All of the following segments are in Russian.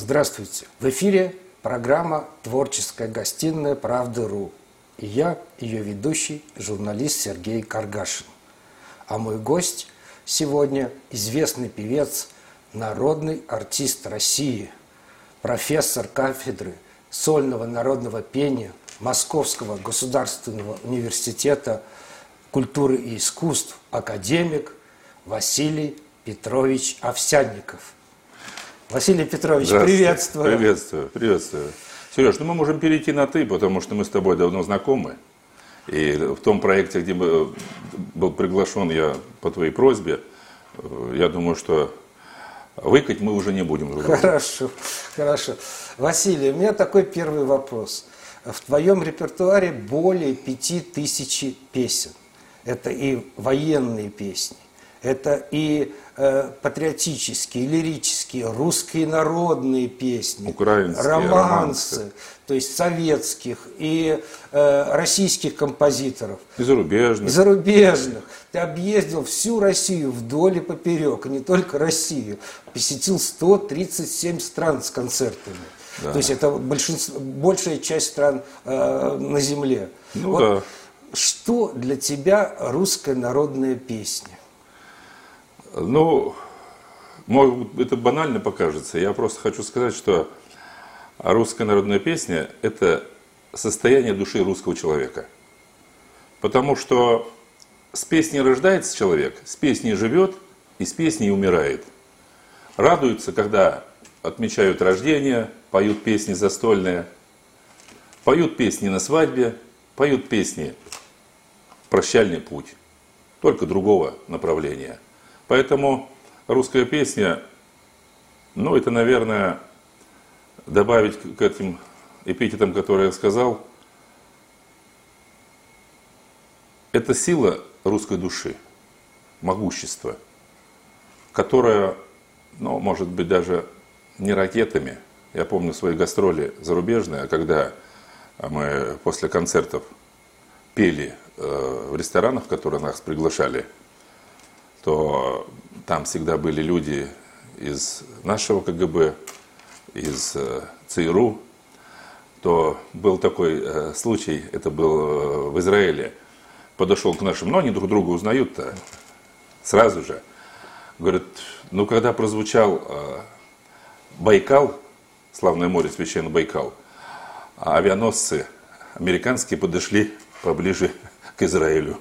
Здравствуйте! В эфире программа «Творческая гостиная Правды.ру». И я, ее ведущий, журналист Сергей Каргашин. А мой гость сегодня известный певец, народный артист России, профессор кафедры сольного народного пения Московского государственного университета культуры и искусств, академик Василий Петрович Овсянников. Василий Петрович, приветствую. Приветствую. Сереж, мы можем перейти на «ты», потому что мы с тобой давно знакомы. И в том проекте, где был приглашен я по твоей просьбе, я думаю, что выкать мы уже не будем. Хорошо. Василий, у меня такой первый вопрос. В твоем репертуаре более 5000 песен. Это и военные песни, это и патриотические, лирические, русские народные песни, украинские, романсы, то есть советских и российских композиторов. И зарубежных. Ты объездил всю Россию вдоль и поперек, и не только Россию. Посетил 137 стран с концертами. Да. То есть это большая часть стран на земле. Да. Что для тебя русская народная песня? Это банально покажется. Я просто хочу сказать, что русская народная песня – это состояние души русского человека. Потому что с песней рождается человек, с песней живет и с песней умирает. Радуются, когда отмечают рождение, поют песни застольные, поют песни на свадьбе, поют песни «Прощальный путь», только другого направления. Поэтому русская песня, это, наверное, добавить к этим эпитетам, которые я сказал, это сила русской души, могущество, которое, может быть, даже не ракетами. Я помню свои гастроли зарубежные, когда мы после концертов пели в ресторанах, в которые нас приглашали, то там всегда были люди из нашего КГБ, из ЦРУ. То был такой случай, это был в Израиле, подошел к нашим, они друг друга узнают-то сразу же. Говорят, когда прозвучал Байкал, славное море, священный Байкал, авианосцы американские подошли поближе к Израилю.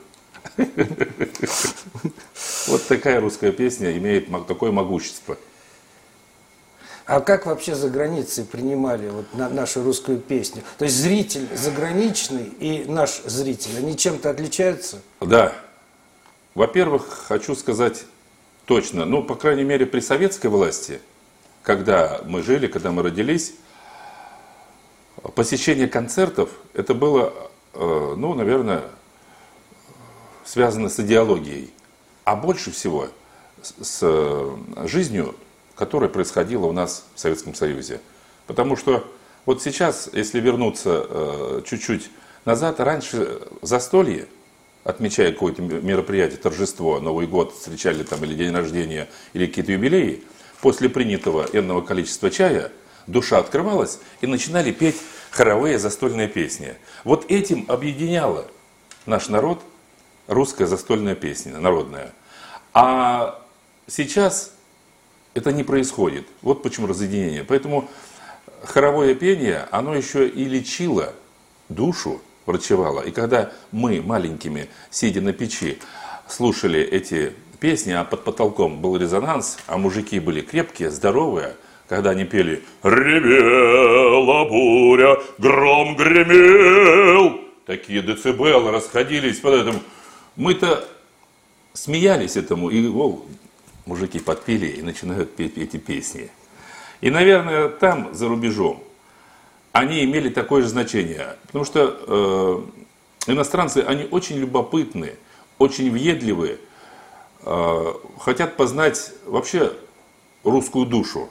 Вот такая русская песня имеет такое могущество. А как вообще за границей принимали нашу русскую песню? То есть зритель заграничный и наш зритель, они чем-то отличаются? Да. Во-первых, хочу сказать точно, по крайней мере, при советской власти, когда мы жили, когда мы родились, посещение концертов, это было, наверное, связано с идеологией, а больше всего с жизнью, которая происходила у нас в Советском Союзе. Потому что вот сейчас, если вернуться чуть-чуть назад, раньше застолье, отмечая какое-то мероприятие, торжество, Новый год встречали или день рождения, или какие-то юбилеи, после принятого энного количества чая душа открывалась и начинали петь хоровые застольные песни. Вот этим объединяла наш народ русская застольная песня, народная. А сейчас это не происходит. Вот почему разъединение. Поэтому хоровое пение, оно еще и лечило душу, врачевало. И когда мы, маленькими, сидя на печи, слушали эти песни, а под потолком был резонанс, а мужики были крепкие, здоровые, когда они пели «Ревела буря, гром гремел», такие децибелы расходились под этим. Мы-то смеялись этому, и мужики подпели и начинают петь эти песни. И, наверное, там, за рубежом, они имели такое же значение. Потому что иностранцы, они очень любопытны, очень въедливы, хотят познать вообще русскую душу.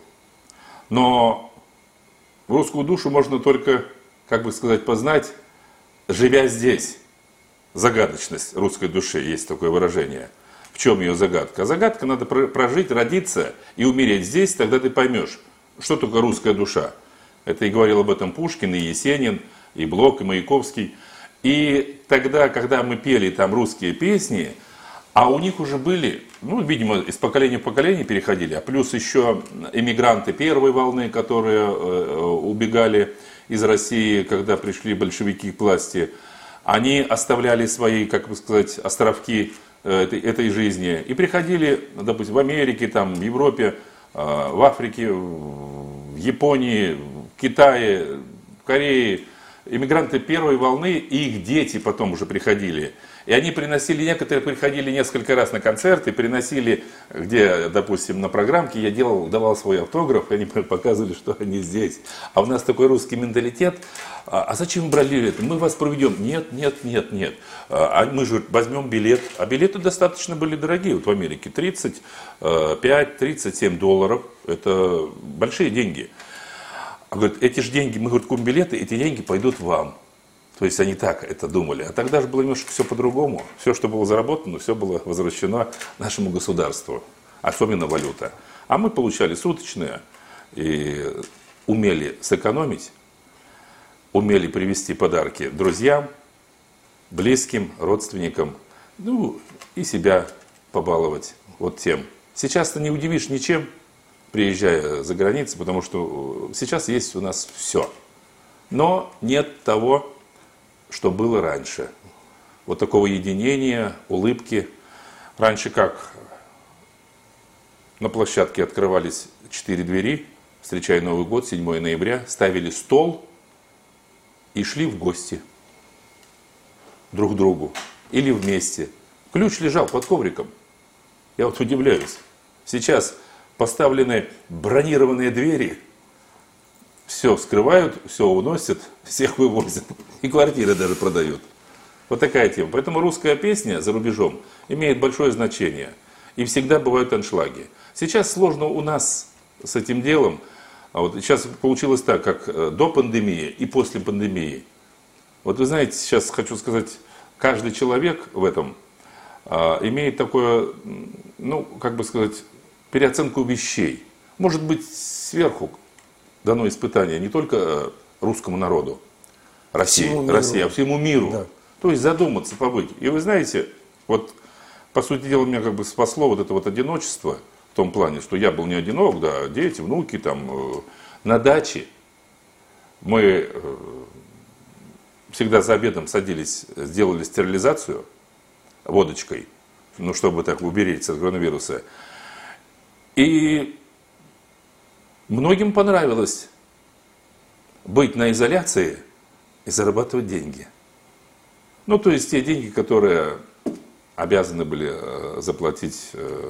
Но русскую душу можно только, познать, живя здесь. Загадочность русской души, есть такое выражение. В чем ее загадка? Загадка — надо прожить, родиться и умереть здесь, тогда ты поймешь, что такое русская душа. Это и говорил об этом Пушкин, и Есенин, и Блок, и Маяковский. И тогда, когда мы пели там русские песни, а у них уже были, ну, видимо, из поколения в поколение переходили, а плюс еще эмигранты первой волны, которые убегали из России, когда пришли большевики к власти, они оставляли свои, как бы сказать, островки этой жизни и приходили, допустим, в Америке, там, в Европе, в Африке, в Японии, в Китае, в Корее. Иммигранты первой волны и их дети потом уже приходили. И они приносили, некоторые приходили несколько раз на концерты, приносили, где, допустим, на программке я давал свой автограф, и они показывали, что они здесь. А у нас такой русский менталитет. А зачем брали это? Мы вас проведем. Нет. А мы же возьмем билет. А билеты достаточно были дорогие. Вот в Америке 35-37 долларов. Это большие деньги. А говорит, эти же деньги, мы говорит, купим билеты, эти деньги пойдут вам. То есть они так это думали. А тогда же было немножко все по-другому. Все, что было заработано, все было возвращено нашему государству. Особенно валюта. А мы получали суточные и умели сэкономить, умели привезти подарки друзьям, близким, родственникам, ну и себя побаловать вот тем. Сейчас-то не удивишь ничем, приезжая за границу, потому что сейчас есть у нас все. Но нет того, что было раньше. Вот такого единения, улыбки. Раньше как на площадке открывались 4 двери, встречая Новый год, 7 ноября, ставили стол и шли в гости друг к другу или вместе. Ключ лежал под ковриком. Я вот удивляюсь. Сейчас поставлены бронированные двери, все вскрывают, все уносят, всех вывозят. И квартиры даже продают. Вот такая тема. Поэтому русская песня за рубежом имеет большое значение. И всегда бывают аншлаги. Сейчас сложно у нас с этим делом. А вот сейчас получилось так, как до пандемии и после пандемии. Вот вы знаете, сейчас хочу сказать, каждый человек в этом имеет такое, ну, как бы сказать, переоценку вещей. Может быть, сверху дано испытание не только русскому народу, России, а всему миру. Да. То есть задуматься, побыть. И вы знаете, вот по сути дела меня как бы спасло вот это вот одиночество в том плане, что я был не одинок, да, дети, внуки там на даче. Мы всегда за обедом садились, сделали стерилизацию водочкой, ну, чтобы так уберечься от коронавируса. И многим понравилось быть на изоляции и зарабатывать деньги. Ну, то есть те деньги, которые обязаны были заплатить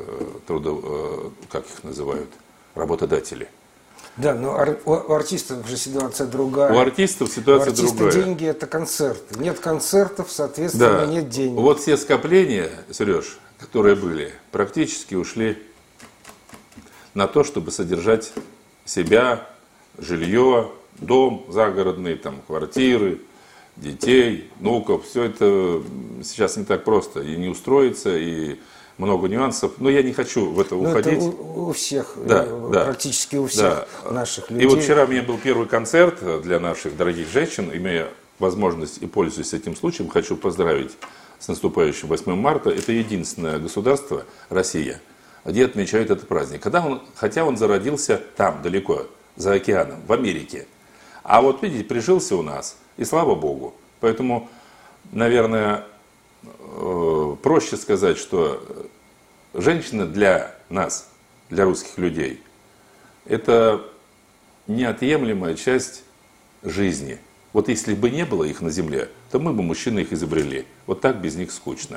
как их называют, работодатели. Да, но у артистов же ситуация другая. У артистов ситуация другая. У артиста деньги – это концерты. Нет концертов, соответственно, нет денег. Вот все скопления, Сереж, которые были, практически ушли на то, чтобы содержать себя, жилье, дом загородный, там, квартиры, детей, внуков. Все это сейчас не так просто. И не устроиться, и много нюансов. Но я не хочу в это уходить. Это у всех, да, практически у всех наших людей. И вот вчера у меня был первый концерт для наших дорогих женщин. Имея возможность и пользуясь этим случаем, хочу поздравить с наступающим 8 марта. Это единственное государство, Россия, где отмечают этот праздник. Хотя он зародился там, далеко, за океаном, в Америке. А вот, видите, прижился у нас, и слава Богу. Поэтому, наверное, проще сказать, что женщина для нас, для русских людей, это неотъемлемая часть жизни. Вот если бы не было их на земле, то мы бы, мужчины, их изобрели. Вот так без них скучно.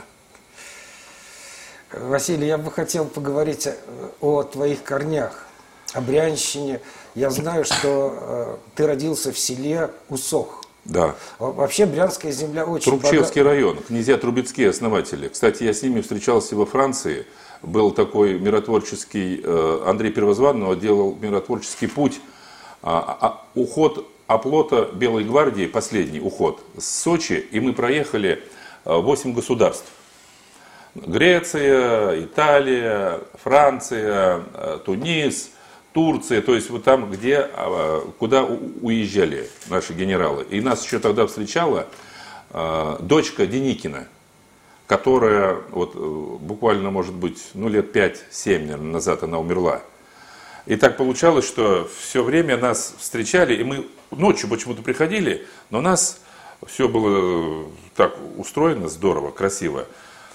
Василий, я бы хотел поговорить о твоих корнях, о Брянщине. Я знаю, что ты родился в селе Усох. Да. Вообще Брянская земля очень Трубчевский район, князья Трубецкие основатели. Кстати, я с ними встречался во Франции. Был такой миротворческий, Андрей Первозванного делал миротворческий путь. Уход оплота Белой гвардии, последний уход с Сочи, и мы проехали 8 государств. Греция, Италия, Франция, Тунис, Турция, то есть вот там, куда уезжали наши генералы. И нас еще тогда встречала дочка Деникина, которая вот буквально, может быть, лет 5-7 назад она умерла. И так получалось, что все время нас встречали, и мы ночью почему-то приходили, но у нас все было так устроено здорово, красиво.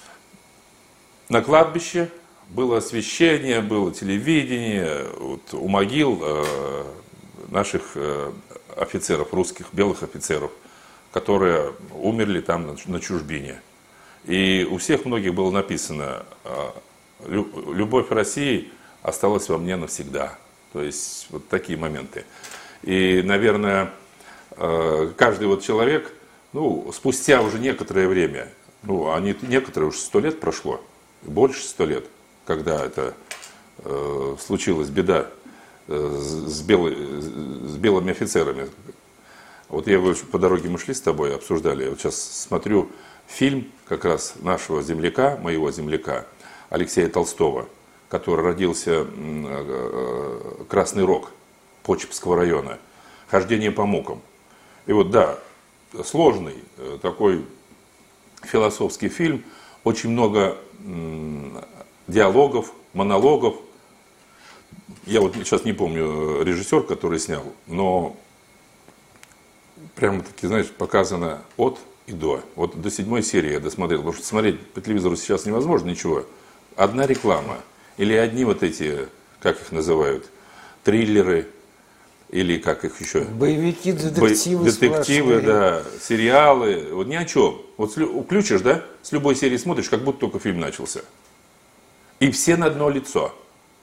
На кладбище было освещение, было телевидение, вот у могил наших офицеров, русских, белых офицеров, которые умерли там на чужбине. И у всех многих было написано: «Любовь России осталась во мне навсегда». То есть вот такие моменты. И, наверное, каждый вот человек, спустя уже некоторое время, некоторые уже 100 лет прошло, больше 100 лет, когда это случилась беда с белыми офицерами. Вот по дороге мы шли с тобой, обсуждали, я вот сейчас смотрю фильм как раз нашего земляка, моего земляка, Алексея Толстого, который родился Красный Рог, Почепского района, «Хождение по мукам». И вот да, сложный такой философский фильм, очень много диалогов, монологов. Я вот сейчас не помню режиссер, который снял, но прямо-таки, знаешь, показано от и до. Вот до 7-й серии я досмотрел, потому что смотреть по телевизору сейчас невозможно ничего. Одна реклама или одни вот эти, как их называют, триллеры, или как их еще? Боевики, детективы. Детективы, да, сериалы, вот ни о чем. Вот включишь, да, с любой серии смотришь, как будто только фильм начался. И все на одно лицо.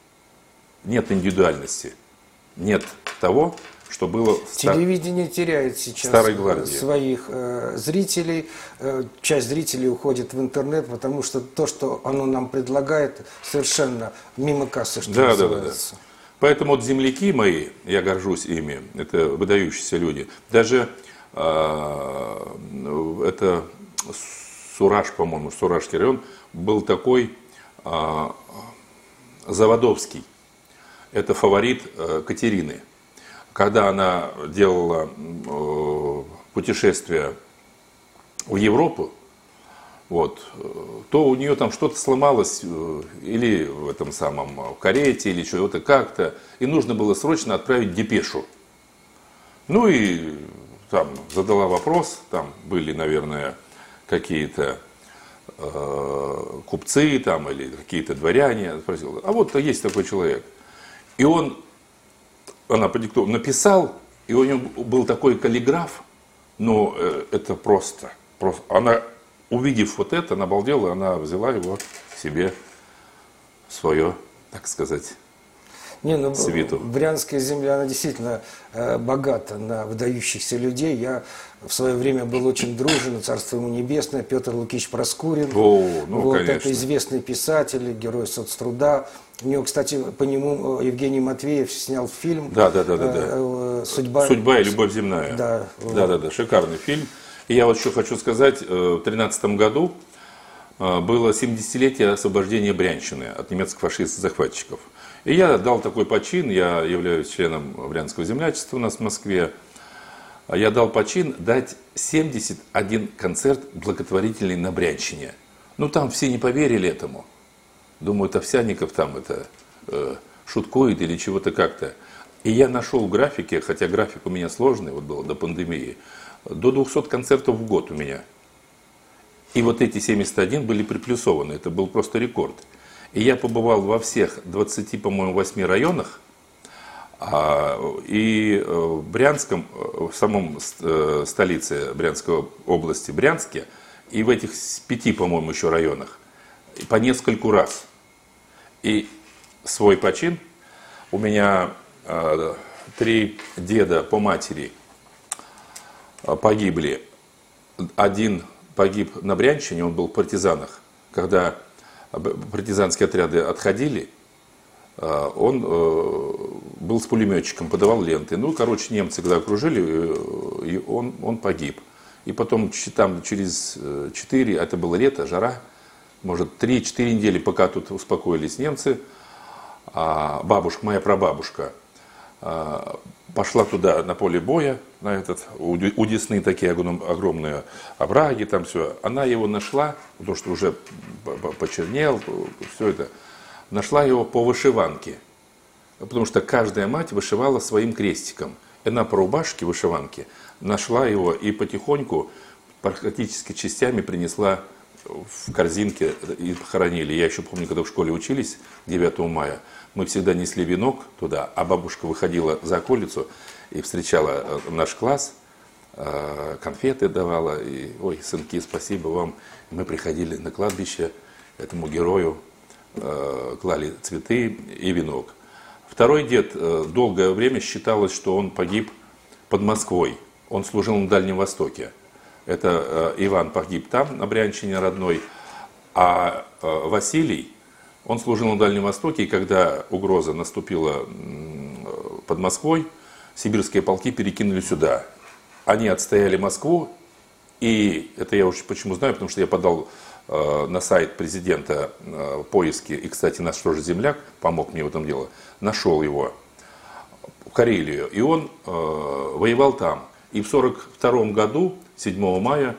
Нет индивидуальности. Нет того, что было в Телевидение теряет сейчас Старой гвардии. Своих зрителей. Часть зрителей уходит в интернет, потому что то, что оно нам предлагает, совершенно мимо кассы, что называется. Да. Поэтому вот земляки мои, я горжусь ими, это выдающиеся люди. Даже это Сураж, по-моему, Суражский район, был такой Заводовский. Это фаворит Катерины. Когда она делала путешествие в Европу, вот, то у нее там что-то сломалось, или в этом самом карете, или чего-то как-то, и нужно было срочно отправить депешу. Ну и там задала вопрос, там были, наверное, какие-то купцы там, или какие-то дворяне, спросила, а вот есть такой человек. И она написал, и у него был такой каллиграф, но это просто, она, увидев вот это, она обалдела, она взяла его себе в свое, так сказать, свиту. Брянская земля, она действительно богата на выдающихся людей. Я в свое время был очень дружен, царство ему небесное, Петр Лукич Проскурин. Это известный писатель, герой соцтруда. У него, кстати, по нему Евгений Матвеев снял фильм «Судьба и любовь земная». Да, шикарный фильм. И я вот еще хочу сказать, в 2013 году было 70-летие освобождения Брянщины от немецких фашистов-захватчиков. И я дал такой почин, я являюсь членом Брянского землячества у нас в Москве, я дал почин дать 71 концерт благотворительный на Брянщине. Там все не поверили этому. Думают, Овсянников там шуткует или чего-то как-то. И я нашел графики, хотя график у меня сложный, вот был до пандемии, до 200 концертов в год у меня. И вот эти 71 были приплюсованы, это был просто рекорд. И я побывал во всех 20, по-моему, 8 районах, и в Брянском, в самом столице Брянской области, Брянске, и в этих 5, по-моему, еще районах, по нескольку раз. И свой почин, у меня 3 деда по матери погибли. Один погиб на Брянщине, он был в партизанах. Когда партизанские отряды отходили, он был с пулеметчиком, подавал ленты. Немцы когда окружили, и он погиб. И потом там через 4, это было лето, жара, может 3-4 недели, пока тут успокоились немцы, моя прабабушка, пошла туда на поле боя, у Десны такие огромные овраги, там все. Она его нашла, потому что уже почернел, все это. Нашла его по вышиванке. Потому что каждая мать вышивала своим крестиком. И она по рубашке вышиванки нашла его и потихоньку, практически частями принесла в корзинке и похоронили. Я еще помню, когда в школе учились 9 мая, мы всегда несли венок туда, а бабушка выходила за околицу и встречала наш класс, конфеты давала. И, ой, сынки, спасибо вам. Мы приходили на кладбище этому герою, клали цветы и венок. Второй дед долгое время считалось, что он погиб под Москвой. Он служил на Дальнем Востоке. Это Иван погиб там, на Брянщине родной, а Василий, он служил на Дальнем Востоке, и когда угроза наступила под Москвой, сибирские полки перекинули сюда. Они отстояли Москву, и это я уж почему знаю, потому что я подал на сайт президента поиски, и, кстати, наш тоже земляк помог мне в этом деле, нашел его в Карелию, и он воевал там. И в 1942 году, 7 мая,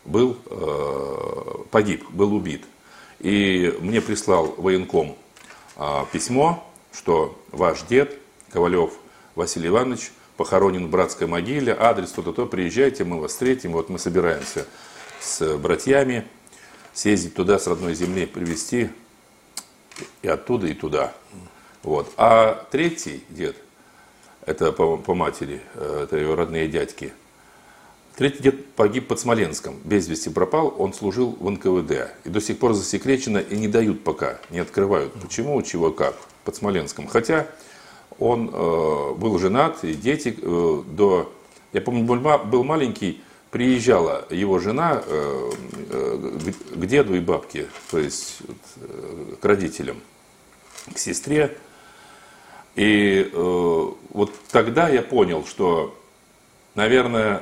погиб, был убит. И мне прислал военком письмо, что ваш дед, Ковалев Василий Иванович, похоронен в братской могиле, адрес то-то-то, приезжайте, мы вас встретим. Вот мы собираемся с братьями съездить туда, с родной земли, привезти и оттуда, и туда. Вот. А третий дед, это по матери, это его родные дядьки. Третий дед погиб под Смоленском, без вести пропал, он служил в НКВД. И до сих пор засекречено, и не дают пока, не открывают, почему, чего, как, под Смоленском. Хотя он был женат, и дети я помню, был маленький, приезжала его жена к деду и бабке, то есть к родителям, к сестре. И вот тогда я понял, что, наверное,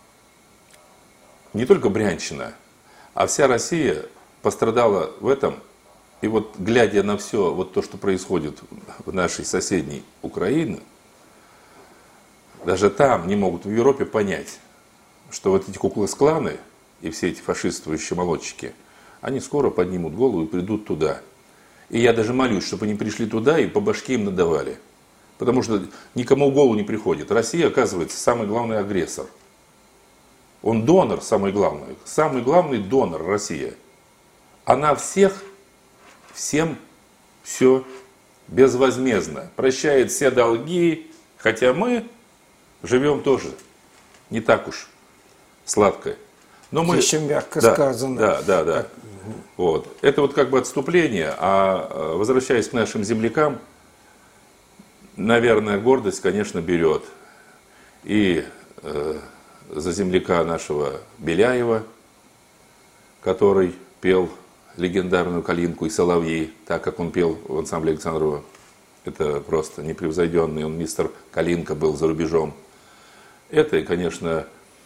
не только Брянщина, а вся Россия пострадала в этом. И вот глядя на все, вот то, что происходит в нашей соседней Украине, даже там не могут в Европе понять, что вот эти куклы-кланы и все эти фашистующие молодчики, они скоро поднимут голову и придут туда. И я даже молюсь, чтобы они пришли туда и по башке им надавали. Потому что никому в голову не приходит. Россия, оказывается, самый главный агрессор. Он донор, самый главный донор Россия. Она всем все безвозмездно. Прощает все долги, хотя мы живем тоже не так уж сладко. Но мы... Еще мягко сказано. Да. Вот. Это вот как бы отступление, а возвращаясь к нашим землякам, наверное, гордость, конечно, берет. И за земляка нашего Беляева, который пел легендарную «Калинку» и «Соловьи», так как он пел в ансамбле Александрова. Это просто непревзойденный, он мистер Калинка был за рубежом. Это, и, конечно,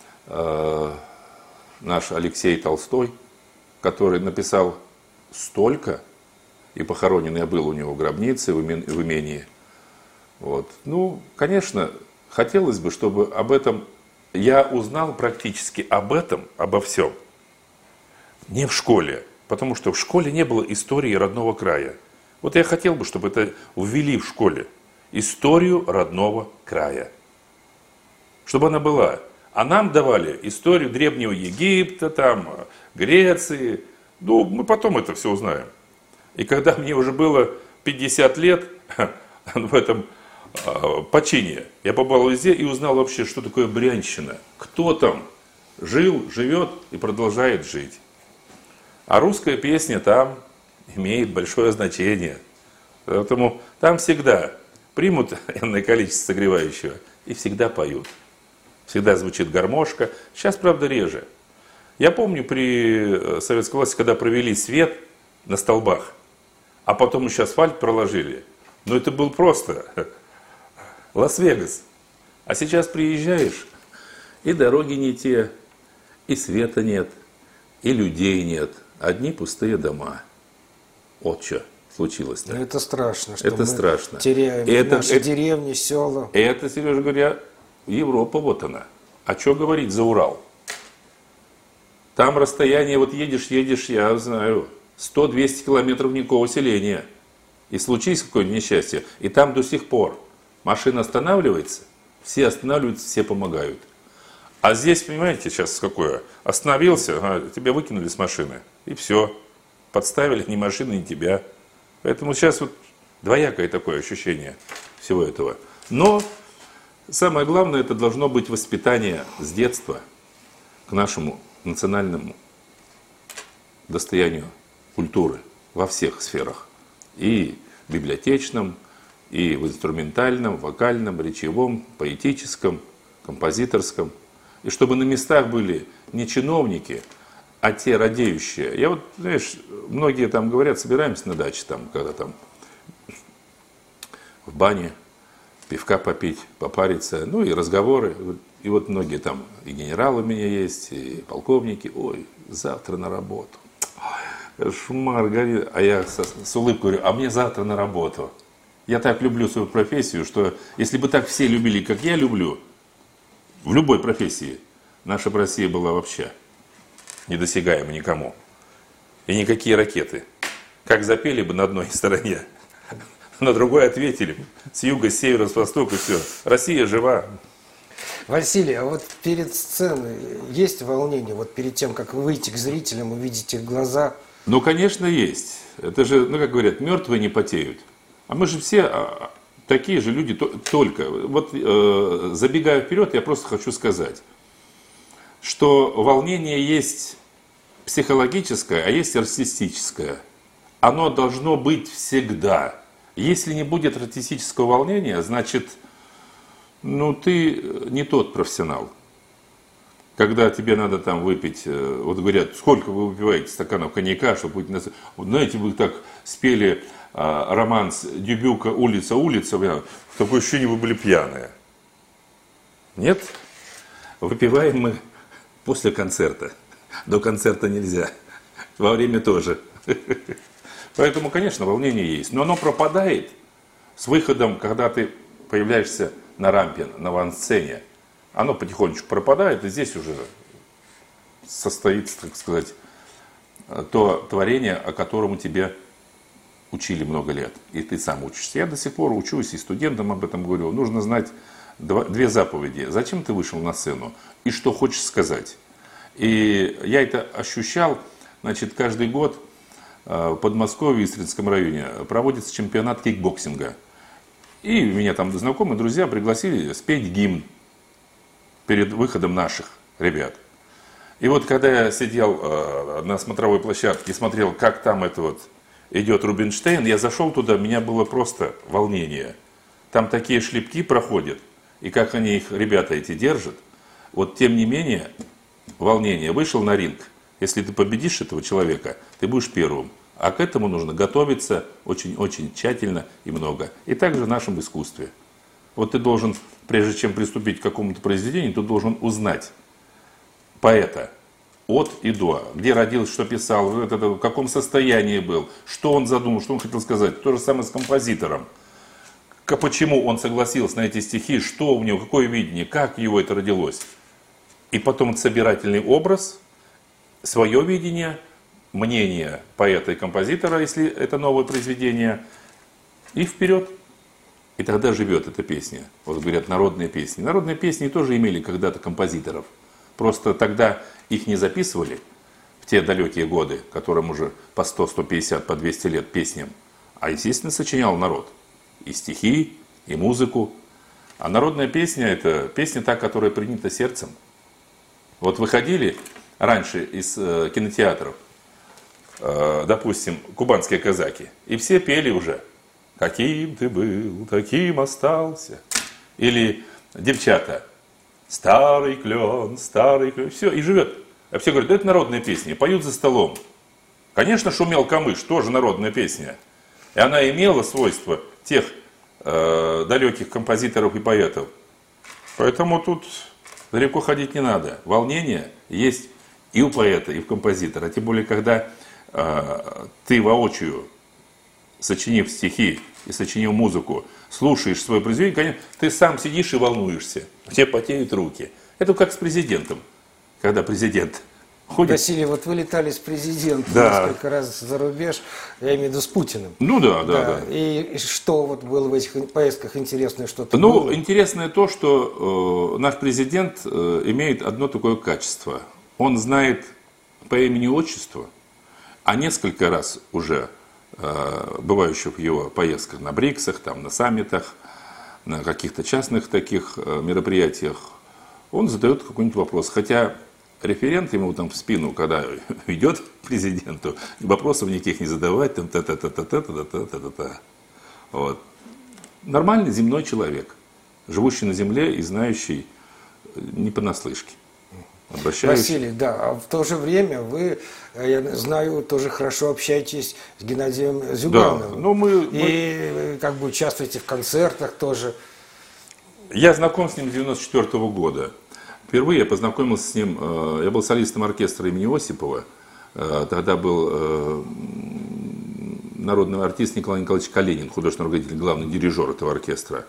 наш Алексей Толстой, который написал столько, и похоронен я был у него в гробнице, в имении. Вот. Ну, конечно, хотелось бы, чтобы об этом я узнал практически обо всем, не в школе, потому что в школе не было истории родного края. Вот я хотел бы, чтобы это ввели в школе, историю родного края, чтобы она была. А нам давали историю Древнего Египта, там, Греции. Ну, мы потом это все узнаем. И когда мне уже было 50 лет в этом почине, я побывал везде и узнал вообще, что такое Брянщина. Кто там жил, живет и продолжает жить. А русская песня там имеет большое значение. Поэтому там всегда примут энное количество согревающего и всегда поют. Всегда звучит гармошка. Сейчас, правда, реже. Я помню при советской власти, когда провели свет на столбах, а потом еще асфальт проложили. Но это был просто Лас-Вегас. А сейчас приезжаешь, и дороги не те, и света нет, и людей нет. Одни пустые дома. Вот что случилось-то. Это страшно, что это мы страшно. теряем наши деревни, села. Это, Сережа говоря, Европа вот она. А что говорить за Урал? Там расстояние, вот едешь, я знаю, 100-200 километров никакого селения. И случись какое-нибудь несчастье, и там до сих пор машина останавливается, все останавливаются, все помогают. А здесь, понимаете, сейчас какое? Остановился, тебя выкинули с машины, и все. Подставили ни машины, ни тебя. Поэтому сейчас вот двоякое такое ощущение всего этого. Но самое главное, это должно быть воспитание с детства к нашему национальному достоянию культуры во всех сферах. И в библиотечном, и в инструментальном, вокальном, речевом, поэтическом, композиторском. И чтобы на местах были не чиновники, а те радеющие. Я вот, знаешь, многие там говорят, собираемся на даче, там, когда там в бане, пивка попить, попариться, ну и разговоры. И вот многие там, и генералы у меня есть, и полковники, ой, завтра на работу. Кошмар, горит. А я с улыбкой говорю, а мне завтра на работу. Я так люблю свою профессию, что если бы так все любили, как я люблю, в любой профессии, наша бы Россия была вообще недосягаема никому. И никакие ракеты. Как запели бы на одной стороне, на другой ответили. С юга, с севера, с востока, все. Россия жива. Василий, а вот перед сценой есть волнение? Вот перед тем, как выйти к зрителям, увидеть их глаза? Ну, конечно, есть. Это же, ну, как говорят, мертвые не потеют. А мы же все такие же люди только. Вот забегая вперед, я просто хочу сказать, что волнение есть психологическое, а есть артистическое. Оно должно быть всегда. Если не будет артистического волнения, значит, ну, ты не тот профессионал. Когда тебе надо там выпить, вот говорят, сколько вы выпиваете стаканов коньяка, чтобы выйти на сцену. Вот знаете, вы так спели романс Дюбюка «Улица, улица», такое ощущение, вы были пьяные. Нет? Выпиваем мы после концерта. До концерта нельзя. Во время тоже. Поэтому, конечно, волнение есть. Но оно пропадает с выходом, когда ты появляешься на рампе, на авансцене. Оно потихонечку пропадает, и здесь уже состоится, так сказать, то творение, о котором тебе учили много лет. И ты сам учишься. Я до сих пор учусь, и студентам об этом говорю. Нужно знать две заповеди. Зачем ты вышел на сцену? И что хочешь сказать? И я это ощущал, значит, каждый год в Подмосковье, в Истринском районе проводится чемпионат кикбоксинга. И меня там знакомые, друзья пригласили спеть гимн перед выходом наших ребят. И вот когда я сидел на смотровой площадке и смотрел, как там это вот идет Рубинштейн, я зашел туда, у меня было просто волнение. Там такие шлепки проходят, и как они их, ребята эти, держат. Вот тем не менее, волнение. Вышел на ринг. Если ты победишь этого человека, ты будешь первым. А к этому нужно готовиться очень-очень тщательно и много. И также в нашем искусстве. Вот ты должен, прежде чем приступить к какому-то произведению, ты должен узнать поэта от и до. Где родился, что писал, в каком состоянии был, что он задумал, что он хотел сказать. То же самое с композитором. Почему он согласился на эти стихи, что у него, какое видение, как его это родилось. И потом собирательный образ, свое видение, мнение поэта и композитора, если это новое произведение, и вперед. И тогда живет эта песня. Вот говорят, народные песни. Народные песни тоже имели когда-то композиторов. Просто тогда их не записывали в те далекие годы, которым уже по 100, 150, по 200 лет песням. А, естественно, сочинял народ. И стихи, и музыку. А народная песня – это песня та, которая принята сердцем. Вот выходили раньше из кинотеатров, допустим, кубанские казаки, и все пели уже «Каким ты был, таким остался». Или девчата старый клен, все, и живет. А все говорят, это народная песня, поют за столом. Конечно, шумел камыш, тоже народная песня. И она имела свойства тех далеких композиторов и поэтов. Поэтому тут далеко ходить не надо. Волнение есть и у поэта, и у композитора. Тем более, когда ты воочию сочинив стихи и сочинив музыку, слушаешь свое произведение, конечно, ты сам сидишь и волнуешься. У тебя потеют руки. Это как с президентом. Когда президент ходит... Василий, вот вы летали с президентом несколько раз за рубеж, я имею в виду с Путиным. Ну да. И что вот было в этих поездках интересное, что-то Ну, было? интересное то, что наш президент имеет одно такое качество. Он знает по имени и отчеству, а несколько раз уже бывающих в его поездках на БРИКСах, там, на саммитах, на каких-то частных таких мероприятиях, он задает какой-нибудь вопрос. Хотя референт ему там в спину, когда идет к президенту, вопросов никаких не задавать, там та-та-та-та-та-та-та-та-та-та. Вот. Нормальный земной человек, живущий на земле и знающий не понаслышке. Василий, да, а в то же время вы, я знаю, тоже хорошо общаетесь с Геннадием Зюгановым. Да, мы... И как бы участвуете в концертах тоже. Я знаком с ним с 1994 года. Впервые я познакомился с ним, я был солистом оркестра имени Осипова. Тогда был народный артист Николай Николаевич Калинин, художественный руководитель, главный дирижер этого оркестра.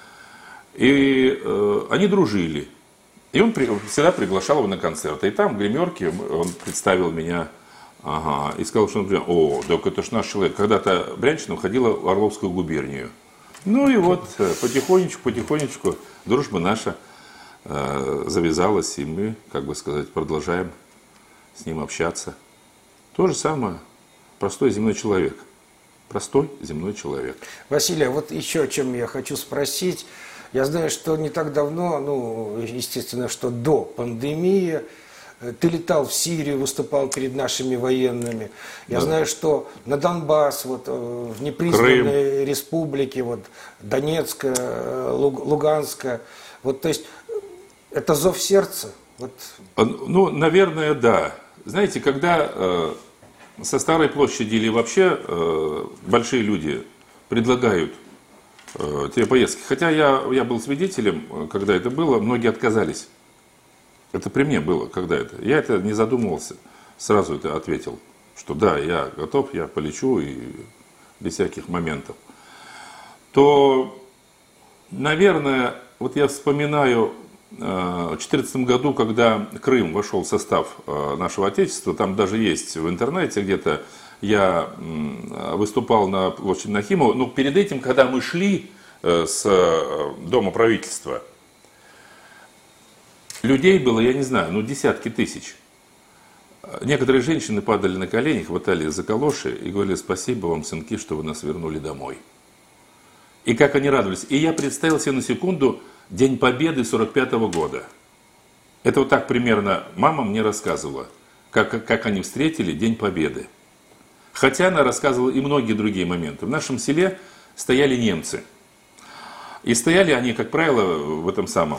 И они дружили. И он всегда приглашал его на концерты. И там, в гримерке, он представил меня и сказал, что, например, так это ж наш человек. Когда-то Брянщина уходила в Орловскую губернию. Ну и вот потихонечку дружба наша завязалась, и мы, как бы сказать, продолжаем с ним общаться. То же самое, простой земной человек. Простой земной человек. Василий, вот еще о чем я хочу спросить. Я знаю, что не так давно, естественно, что до пандемии, ты летал в Сирию, выступал перед нашими военными. Я знаю, что на Донбасс, вот, в непризнанной республике, вот, Донецкая, Луганская, вот, то есть, это зов сердца? Вот. Ну, наверное, да. Знаете, когда со Старой площади или вообще большие люди предлагают те поездки. Хотя я был свидетелем, когда это было, многие отказались. Это при мне было, когда это. Я это не задумывался, сразу это ответил, что да, я готов, я полечу и без всяких моментов. То, наверное, вот я вспоминаю в 2014 году, когда Крым вошел в состав нашего Отечества, там даже есть в интернете где-то, я выступал на площади Нахимова, но перед этим, когда мы шли с Дома правительства, людей было, я не знаю, десятки тысяч. Некоторые женщины падали на колени, хватали за калоши и говорили: спасибо вам, сынки, что вы нас вернули домой. И как они радовались. И я представил себе на секунду День Победы 1945 года. Это вот так примерно мама мне рассказывала, как они встретили День Победы. Хотя она рассказывала и многие другие моменты. В нашем селе стояли немцы. И стояли они, как правило, в этом самом,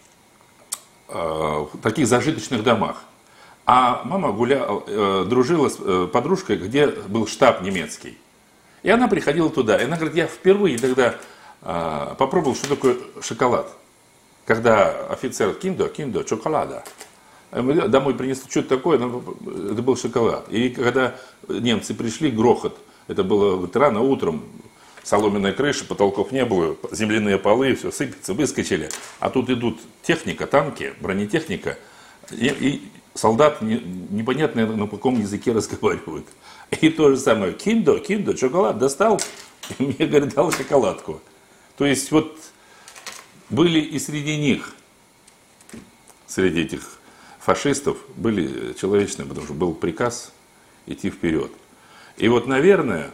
в таких зажиточных домах. А мама дружила с подружкой, где был штаб немецкий. И она приходила туда. И она говорит: я впервые тогда попробовал, что такое шоколад. Когда офицер киндо, шоколада. Домой принесли что-то такое, это был шоколад. И когда немцы пришли, грохот. Это было рано утром, соломенная крыша, потолков не было, земляные полы, все сыпется, выскочили. А тут идут техника, танки, бронетехника, и солдат непонятно на каком языке разговаривают. И то же самое, киндо, шоколад достал, и мне, говорит, дал шоколадку. То есть вот были и среди них, среди этих фашистов, были человечные, потому что был приказ идти вперед. И вот, наверное,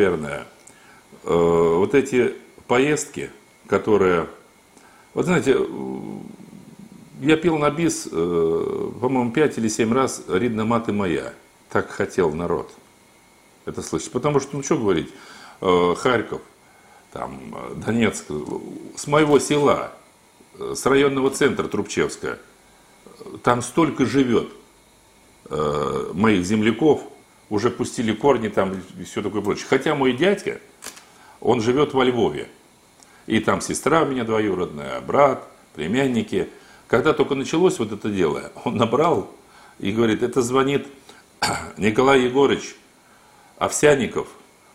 вот эти поездки, которые... Вот знаете, я пел на бис, по-моему, 5 или 7 раз «Ридна маты моя». Так хотел народ это слышать. Потому что, что говорить, Харьков, там, Донецк, с моего села, с районного центра Трубчевска, там столько живет моих земляков, уже пустили корни там и все такое прочее. Хотя мой дядька, он живет во Львове. И там сестра у меня двоюродная, брат, племянники. Когда только началось вот это дело, он набрал и говорит: это звонит Николай Егорыч Овсянников,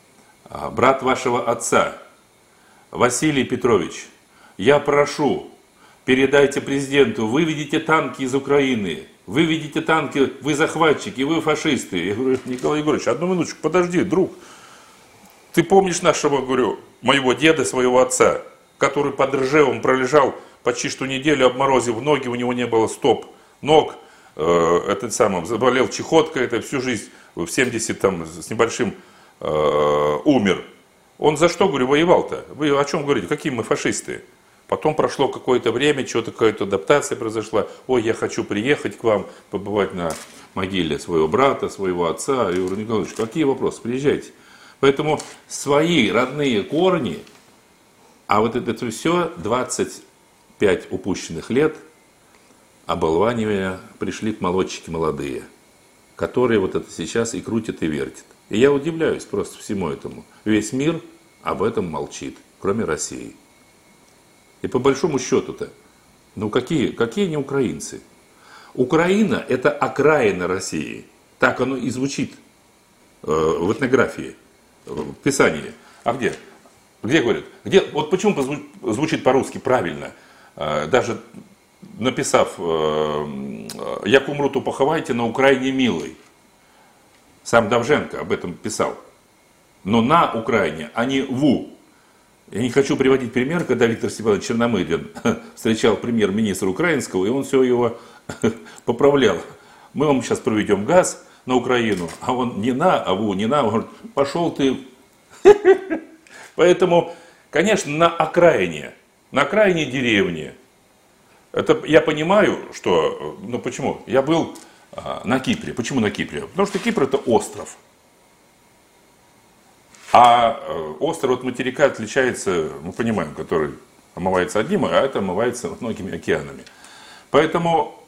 брат вашего отца, Василий Петрович, я прошу, передайте президенту, выведите танки из Украины, выведите танки, вы захватчики, вы фашисты. Я говорю, Николай Егорович, одну минуточку, подожди, друг. Ты помнишь нашего, говорю, моего деда, своего отца, который под Ржевом пролежал почти что неделю, обморозив ноги, у него не было стоп ног, этот самый, заболел чехоткой, это всю жизнь в 70 там, с небольшим умер. Он за что, говорю, воевал-то? Вы о чем говорите? Какие мы фашисты? Потом прошло какое-то время, что-то какая-то адаптация произошла. Ой, я хочу приехать к вам, побывать на могиле своего брата, своего отца. Я говорю, Николай Ильич, какие вопросы? Приезжайте. Поэтому свои родные корни, а вот это все, 25 упущенных лет, оболванивая, пришли к молодчики молодые, которые вот это сейчас и крутят, и вертят. И я удивляюсь просто всему этому. Весь мир об этом молчит, кроме России. И по большому счету-то, ну какие они украинцы? Украина – это окраина России. Так оно и звучит в этнографии, в Писании. А где? Где говорят? Где? Вот почему звучит по-русски правильно? Даже написав «Як умру, то поховайте на Украине милой». Сам Довженко об этом писал. Но на Украине, а не в. Я не хочу приводить пример, когда Виктор Степанович Черномырдин встречал премьер-министра украинского, и он все его поправлял. Мы вам сейчас проведем газ на Украину, а он не на, а в, не на. Он говорит, пошел ты. Поэтому, конечно, на окраине деревни. Это я понимаю, что, ну почему? Я был на Кипре. Почему на Кипре? Потому что Кипр это остров. А остров от материка отличается, мы понимаем, который омывается одним, а это омывается многими океанами. Поэтому,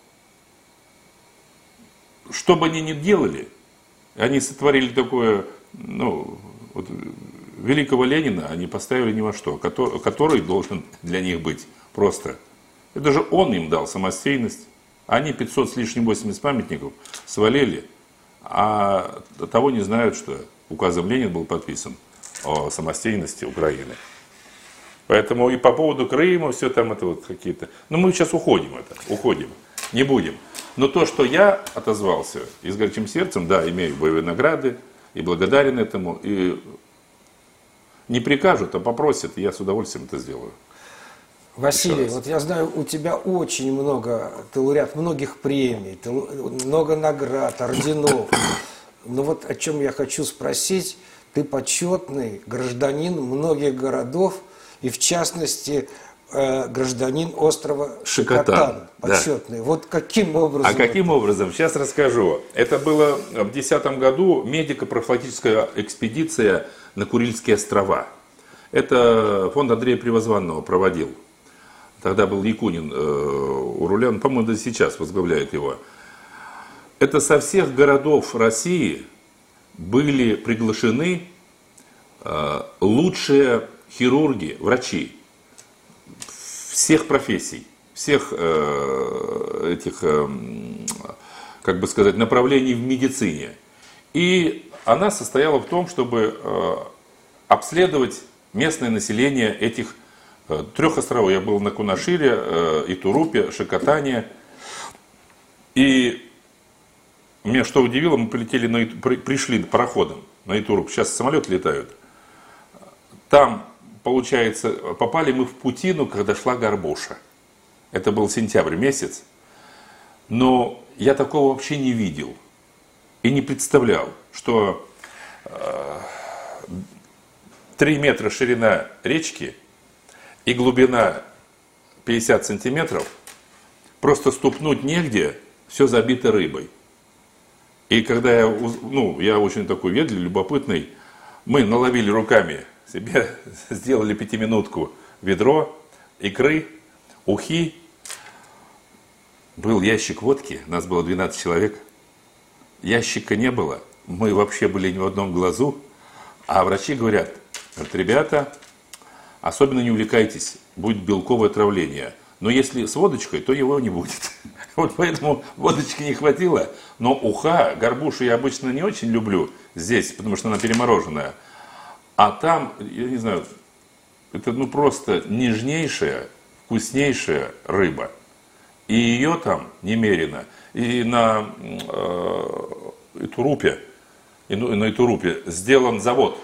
что бы они ни делали, они сотворили такое, ну, вот, великого Ленина они поставили ни во что, который должен для них быть просто. Это же он им дал самостоятельность. Они 500 с лишним 80 памятников свалили, а того не знают, что указом Ленина был подписан о самостоятельности Украины. Поэтому и по поводу Крыма, все там это вот какие-то... Ну, мы сейчас уходим, не будем. Но то, что я отозвался и с горячим сердцем, да, имею боевые награды, и благодарен этому, и не прикажут, а попросят, и я с удовольствием это сделаю. Василий, вот я знаю, у тебя очень много, ты лауреат многих премий, много наград, орденов. Но вот о чем я хочу спросить, ты почетный гражданин многих городов, и в частности гражданин острова Шикотан, почетный. Да. Вот каким образом? А каким образом? Сейчас расскажу. Это было в 2010 году медико-профилактическая экспедиция на Курильские острова. Это фонд Андрея Привозванного проводил. Тогда был Якунин у руля, он, по-моему, до сейчас возглавляет его. Это со всех городов России были приглашены лучшие хирурги, врачи всех профессий, всех этих, как бы сказать, направлений в медицине. И она состояла в том, чтобы обследовать местное население этих 3 островов. Я был на Кунашире, Итурупе, Шикотане. И меня что удивило, мы пришли пароходом на Итуруп. Сейчас самолеты летают. Там, получается, попали мы в путину, когда шла горбуша. Это был сентябрь месяц. Но я такого вообще не видел. И не представлял, что 3 метра ширина речки и глубина 50 сантиметров, просто ступнуть негде, все забито рыбой. И когда я очень такой ведливый, любопытный, мы наловили руками, себе сделали 5-минутку ведро, икры, ухи. Был ящик водки, нас было 12 человек. Ящика не было, мы вообще были ни в одном глазу. А врачи говорят, ребята, особенно не увлекайтесь, будет белковое отравление. Но если с водочкой, то его не будет. Вот поэтому водочки не хватило. Но уха, горбушу я обычно не очень люблю здесь, потому что она перемороженная. А там, я не знаю, это ну просто нежнейшая, вкуснейшая рыба. И ее там немерено. И на Итурупе сделан завод,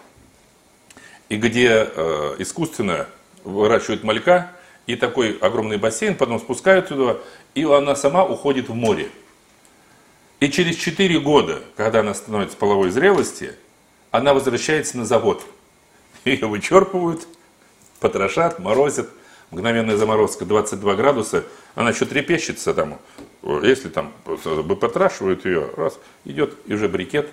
и где искусственно выращивают малька, и такой огромный бассейн, потом спускают туда, и она сама уходит в море. И через 4 года, когда она становится половой зрелости, она возвращается на завод. Ее вычерпывают, потрошат, морозят. Мгновенная заморозка 22 градуса, она еще трепещется там. Если там потрашивают ее, раз, идет и уже брикет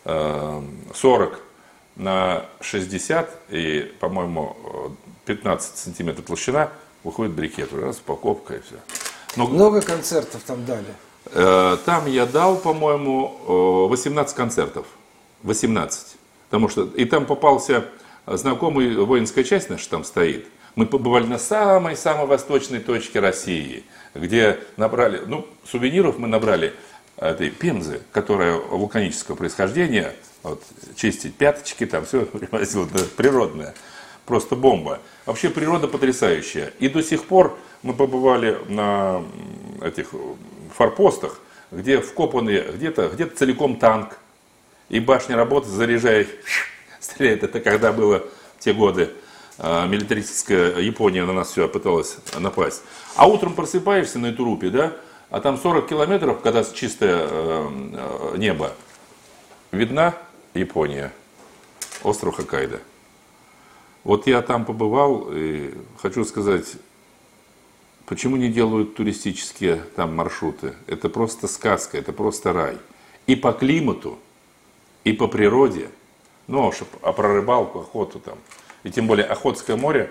40 на 60 и, по-моему, 15 сантиметров толщина, выходит брикет. Раз, упаковка и все. Но, много концертов там дали? Там я дал, по-моему, 18 концертов. 18. Потому что и там попался знакомый, воинская часть наша там стоит. Мы побывали на самой-самой восточной точке России, где набрали, ну, сувениров мы набрали этой пемзы, которая вулканического происхождения, вот, чистить пяточки, там все привозил, да, природная, просто бомба. Вообще природа потрясающая. И до сих пор мы побывали на этих форпостах, где вкопаны где-то целиком танк, и башня работает, заряжая, стреляет. Это когда было в те годы. Милитаристическая Япония на нас все пыталась напасть. А утром просыпаешься на Итурупе, да, а там 40 километров, когда чистое небо, видна Япония, остров Хоккайдо. Вот я там побывал, и хочу сказать, почему не делают туристические там маршруты? Это просто сказка, это просто рай. И по климату, и по природе, ну, а про рыбалку, охоту там. И тем более Охотское море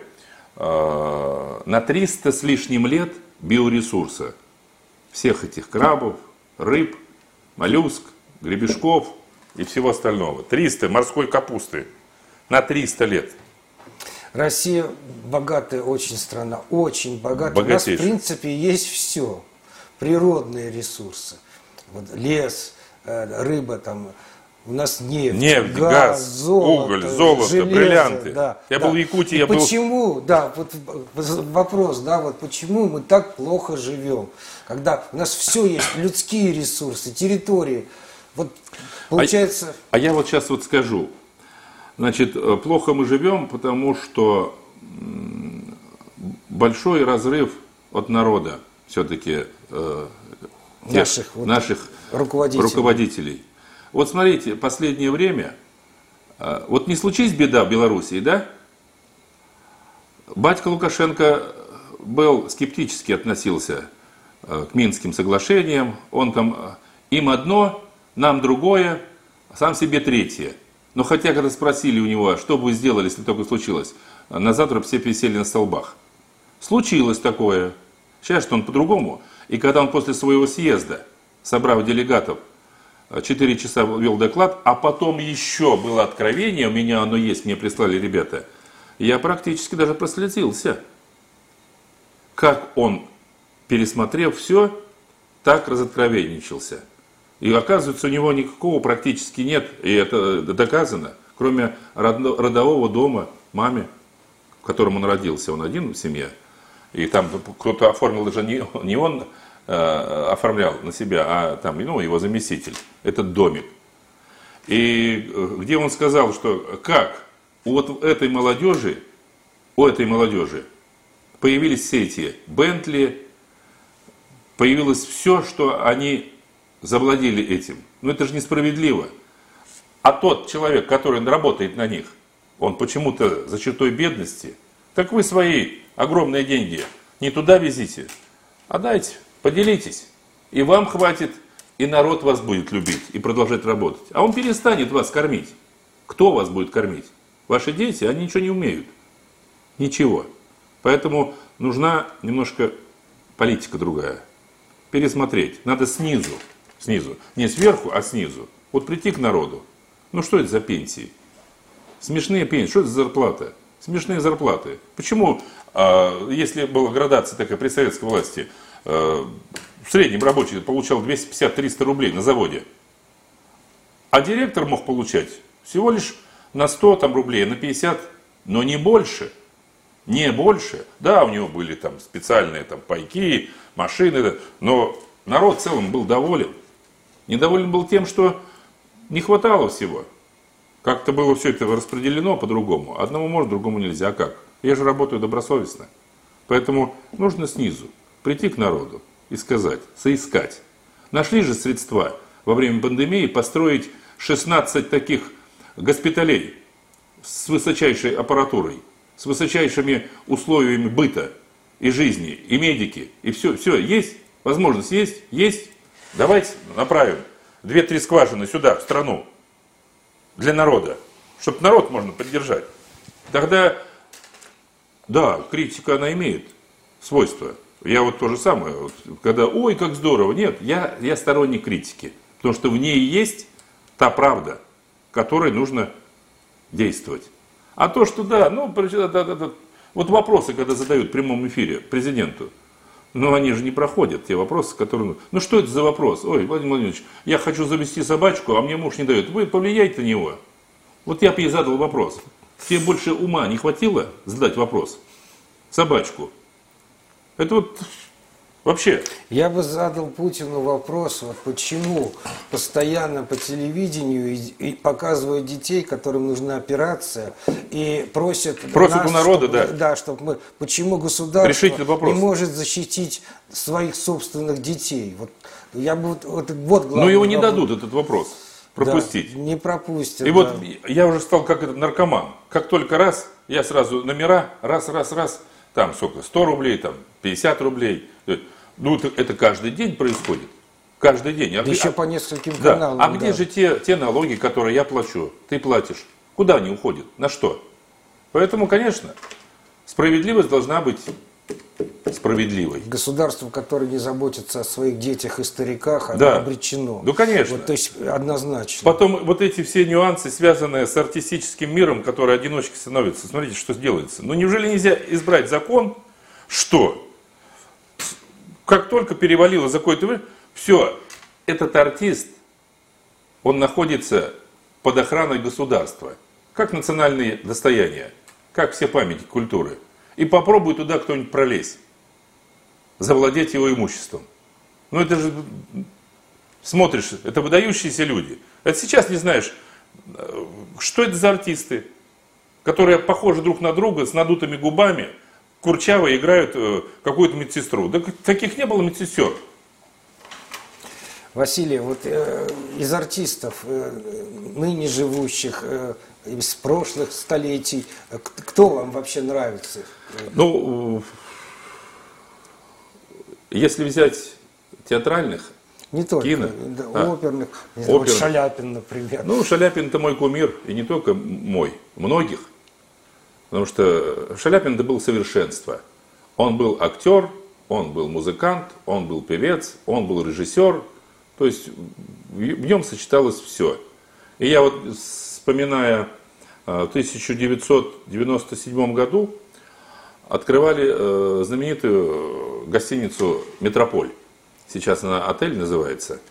на 300 с лишним лет биоресурса. Всех этих крабов, рыб, моллюск, гребешков и всего остального. 300 морской капусты на 300 лет. Россия богатая очень страна, очень богатая. У нас, в принципе, есть все. Природные ресурсы. Вот лес, рыба там. У нас нефть, газ, золото, уголь, золото, железо, бриллианты. Да, я был в Якутии, я почему, да, вот вопрос, да, вот почему мы так плохо живем, когда у нас все есть, людские ресурсы, территории, вот получается. А я вот сейчас вот скажу, значит, плохо мы живем, потому что большой разрыв от народа все-таки наших руководителей. Вот смотрите, последнее время, вот не случись беда в Белоруссии, да? Батька Лукашенко был скептически относился к Минским соглашениям. Он там, им одно, нам другое, сам себе третье. Но хотя, когда спросили у него, что бы вы сделали, если такое случилось, на завтра все висели на столбах. Случилось такое. Сейчас что он по-другому. И когда он после своего съезда, собрав делегатов, 4 часа вел доклад, а потом еще было откровение, у меня оно есть, мне прислали ребята, я практически даже прослезился. Как он, пересмотрев все, так разоткровенничался. И оказывается, у него никакого практически нет, и это доказано, кроме родового дома маме, в котором он родился, он один в семье. И там кто-то оформил, даже не он оформлял на себя, а там, ну, его заместитель, этот домик. И где он сказал, что как у этой молодежи появились все эти Бентли, появилось все, что они завладели этим. Но это же несправедливо. А тот человек, который работает на них, он почему-то за чертой бедности. Так вы свои огромные деньги не туда везите, а дайте, поделитесь. И вам хватит, и народ вас будет любить и продолжать работать. А он перестанет вас кормить. Кто вас будет кормить? Ваши дети, они ничего не умеют. Ничего. Поэтому нужна немножко политика другая. Пересмотреть. Надо снизу. Не сверху, а снизу. Вот прийти к народу. Ну что это за пенсии? Смешные пенсии. Что это за зарплата? Смешные зарплаты. Почему, если была градация такая при советской власти, в среднем рабочий получал 250-300 рублей на заводе, а директор мог получать всего лишь на 100 там, рублей, на 50, но не больше. Не больше. Да, у него были там специальные там, пайки, машины, но народ в целом был доволен. Недоволен был тем, что не хватало всего. Как-то было все это распределено по-другому. Одному можно, другому нельзя. А как? Я же работаю добросовестно. Поэтому нужно снизу прийти к народу и сказать, соискать. Нашли же средства во время пандемии построить 16 таких госпиталей с высочайшей аппаратурой, с высочайшими условиями быта и жизни, и медики, и все, есть, возможность есть. Давайте направим 2-3 скважины сюда, в страну, для народа, чтобы народ можно поддержать. Тогда, да, критика, она имеет свойства. Я вот то же самое, вот, когда, ой, как здорово, нет, я сторонник критики, потому что в ней есть та правда, которой нужно действовать. А то, что да, вот вопросы, когда задают в прямом эфире президенту, но они же не проходят, те вопросы, которые... Ну что это за вопрос? Ой, Владимир Владимирович, я хочу завести собачку, а мне муж не дает. Вы повлияйте на него. Вот я бы ей задал вопрос. Тебе больше ума не хватило задать вопрос? Собачку. Это вот вообще... Я бы задал Путину вопрос, вот почему постоянно по телевидению и показывают детей, которым нужна операция, и просят нас, у народа, чтобы, да, чтобы мы, почему государство не может защитить своих собственных детей. Вот я бы вот главный. Но его не дадут этот вопрос пропустить. Да, не пропустят. И вот я уже стал как этот наркоман. Как только раз, я сразу номера, раз, там сколько, 100 рублей, там 50 рублей. Ну, это каждый день происходит. Каждый день. Еще по нескольким каналам. А где же те налоги, которые я плачу, ты платишь? Куда они уходят? На что? Поэтому, конечно, справедливость должна быть справедливой. Государство, которое не заботится о своих детях и стариках, оно обречено. Ну, конечно. Вот, то есть однозначно. Потом вот эти все нюансы, связанные с артистическим миром, которые одиночки становятся. Смотрите, что делается. Ну, неужели нельзя избрать закон, что как только перевалило за какое-то время, все, этот артист, он находится под охраной государства, как национальное достояние, как все памятники культуры. И попробуй туда кто-нибудь пролезть, завладеть его имуществом. Ну это же, смотришь, это выдающиеся люди. Это сейчас не знаешь, что это за артисты, которые похожи друг на друга, с надутыми губами, курчаво играют какую-то медсестру. Да таких не было медсестер. Василий, вот из артистов, ныне живущих, из прошлых столетий, кто вам вообще нравится? Ну, если взять театральных, не только, кино, оперных, вот Шаляпин, например. Ну, Шаляпин это мой кумир, и не только мой, многих. Потому что Шаляпин это был совершенство. Он был актер, он был музыкант, он был певец, он был режиссер. То есть в нем сочеталось все. И я вот, вспоминая, в 1997 году открывали знаменитую гостиницу «Метрополь». Сейчас она «Отель» называется.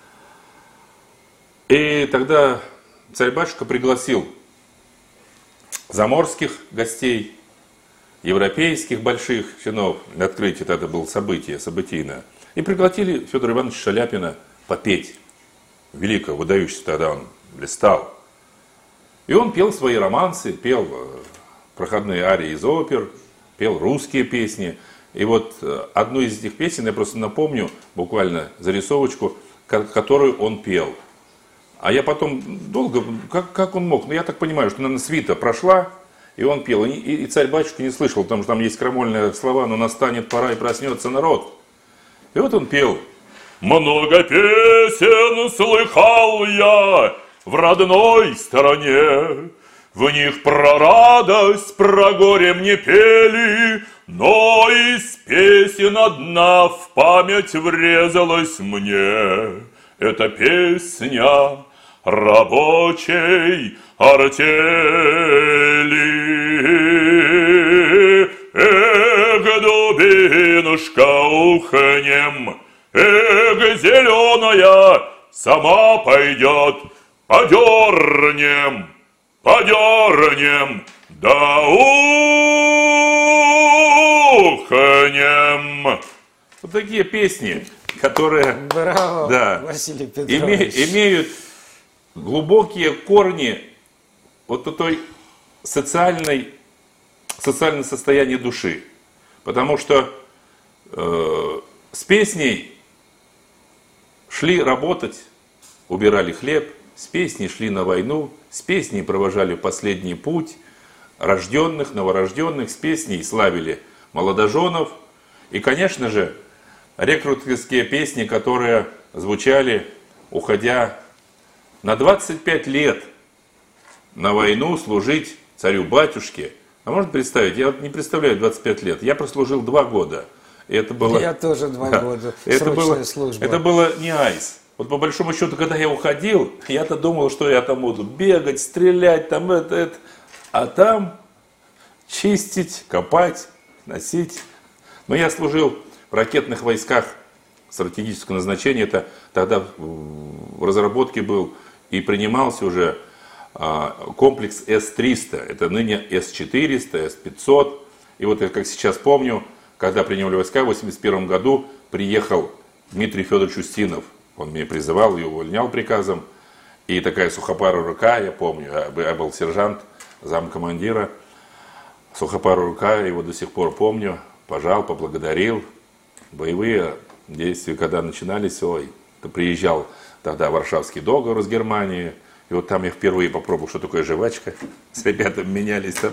И тогда царь-батюшка пригласил заморских гостей, европейских больших чинов. Открытие тогда было событийное. И пригласили Федора Ивановича Шаляпина попеть. Великого, выдающегося тогда он блистал. И он пел свои романсы, пел проходные арии из опер, пел русские песни. И вот одну из этих песен, я просто напомню, буквально зарисовочку, которую он пел. А я потом долго, как он мог? Ну, я так понимаю, что, наверное, свита прошла, и он пел. И царь-батюшка не слышал, потому что там есть крамольные слова, но настанет пора и проснется народ. И вот он пел. Много песен слыхал я в родной стороне, в них про радость, про горе мне пели, но из песен одна в память врезалась мне. Это песня рабочей артели. Эх, дубинушка, ухнем, эх, зеленая, сама пойдет, подернем. подернем, да ухнем. Вот такие песни, которые Браво, да, Василий Петрович. имеют глубокие корни вот той социальное состояние души. Потому что с песней шли работать, убирали хлеб, с песней шли на войну, с песней провожали последний путь рожденных, новорожденных, с песней славили молодоженов. И, конечно же, рекрутские песни, которые звучали, уходя на 25 лет на войну служить царю-батюшке. А можно представить, я вот не представляю 25 лет, я прослужил 2 года. И это было, я тоже 2 года, срочная служба. Это было не айс. Вот по большому счету, когда я уходил, я-то думал, что я там буду бегать, стрелять, там это. А там чистить, копать, носить. Но я служил в ракетных войсках стратегического назначения. Это тогда в разработке был и принимался уже комплекс С-300. Это ныне С-400, С-500. И вот я как сейчас помню, когда принимали войска в 1981 году, приехал Дмитрий Федорович Устинов. Он меня призывал и увольнял приказом. И такая сухопарая рука, я помню, я был сержант, замкомандира. Сухопарая рука, его до сих пор помню. Пожал, поблагодарил. Боевые действия, когда начинались, то приезжал тогда Варшавский договор с Германией. И вот там я впервые попробовал, что такое жвачка. С ребятами менялись там.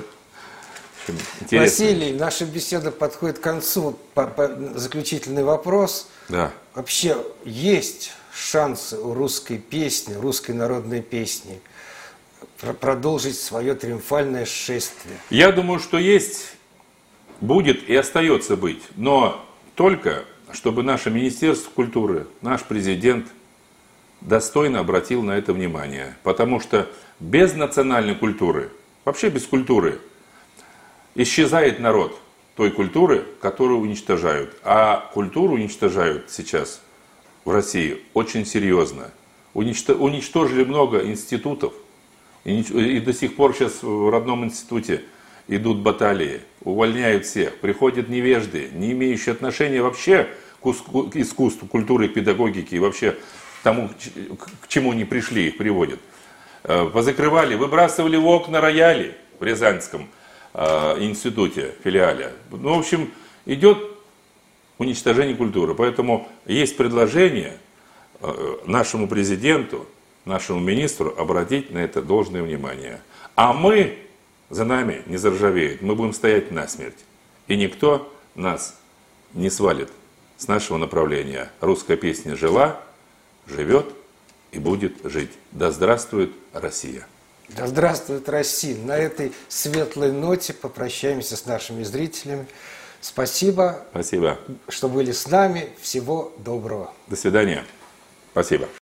Василий, наша беседа подходит к концу. Заключительный вопрос. Да. Вообще есть шансы у русской песни, русской народной песни продолжить свое триумфальное шествие? Я думаю, что есть, будет и остается быть. Но только, чтобы наше Министерство культуры, наш президент достойно обратил на это внимание. Потому что без национальной культуры, вообще без культуры, исчезает народ той культуры, которую уничтожают. А культуру уничтожают сейчас в России очень серьезно. Уничтожили много институтов. И до сих пор сейчас в родном институте идут баталии. Увольняют всех. Приходят невежды, не имеющие отношения вообще к искусству, культуре, педагогике и вообще тому, к чему они пришли, их приводят. Позакрывали, выбрасывали в окна рояли в Рязанском институте, филиале. Ну, в общем, идет уничтожение культуры. Поэтому есть предложение нашему президенту, нашему министру обратить на это должное внимание. А мы, за нами не заржавеет, мы будем стоять насмерть. И никто нас не свалит с нашего направления. Русская песня жила, живет и будет жить. Да здравствует Россия! Да здравствует Россия! На этой светлой ноте попрощаемся с нашими зрителями. Спасибо, Спасибо, что были с нами. Всего доброго. До свидания. Спасибо.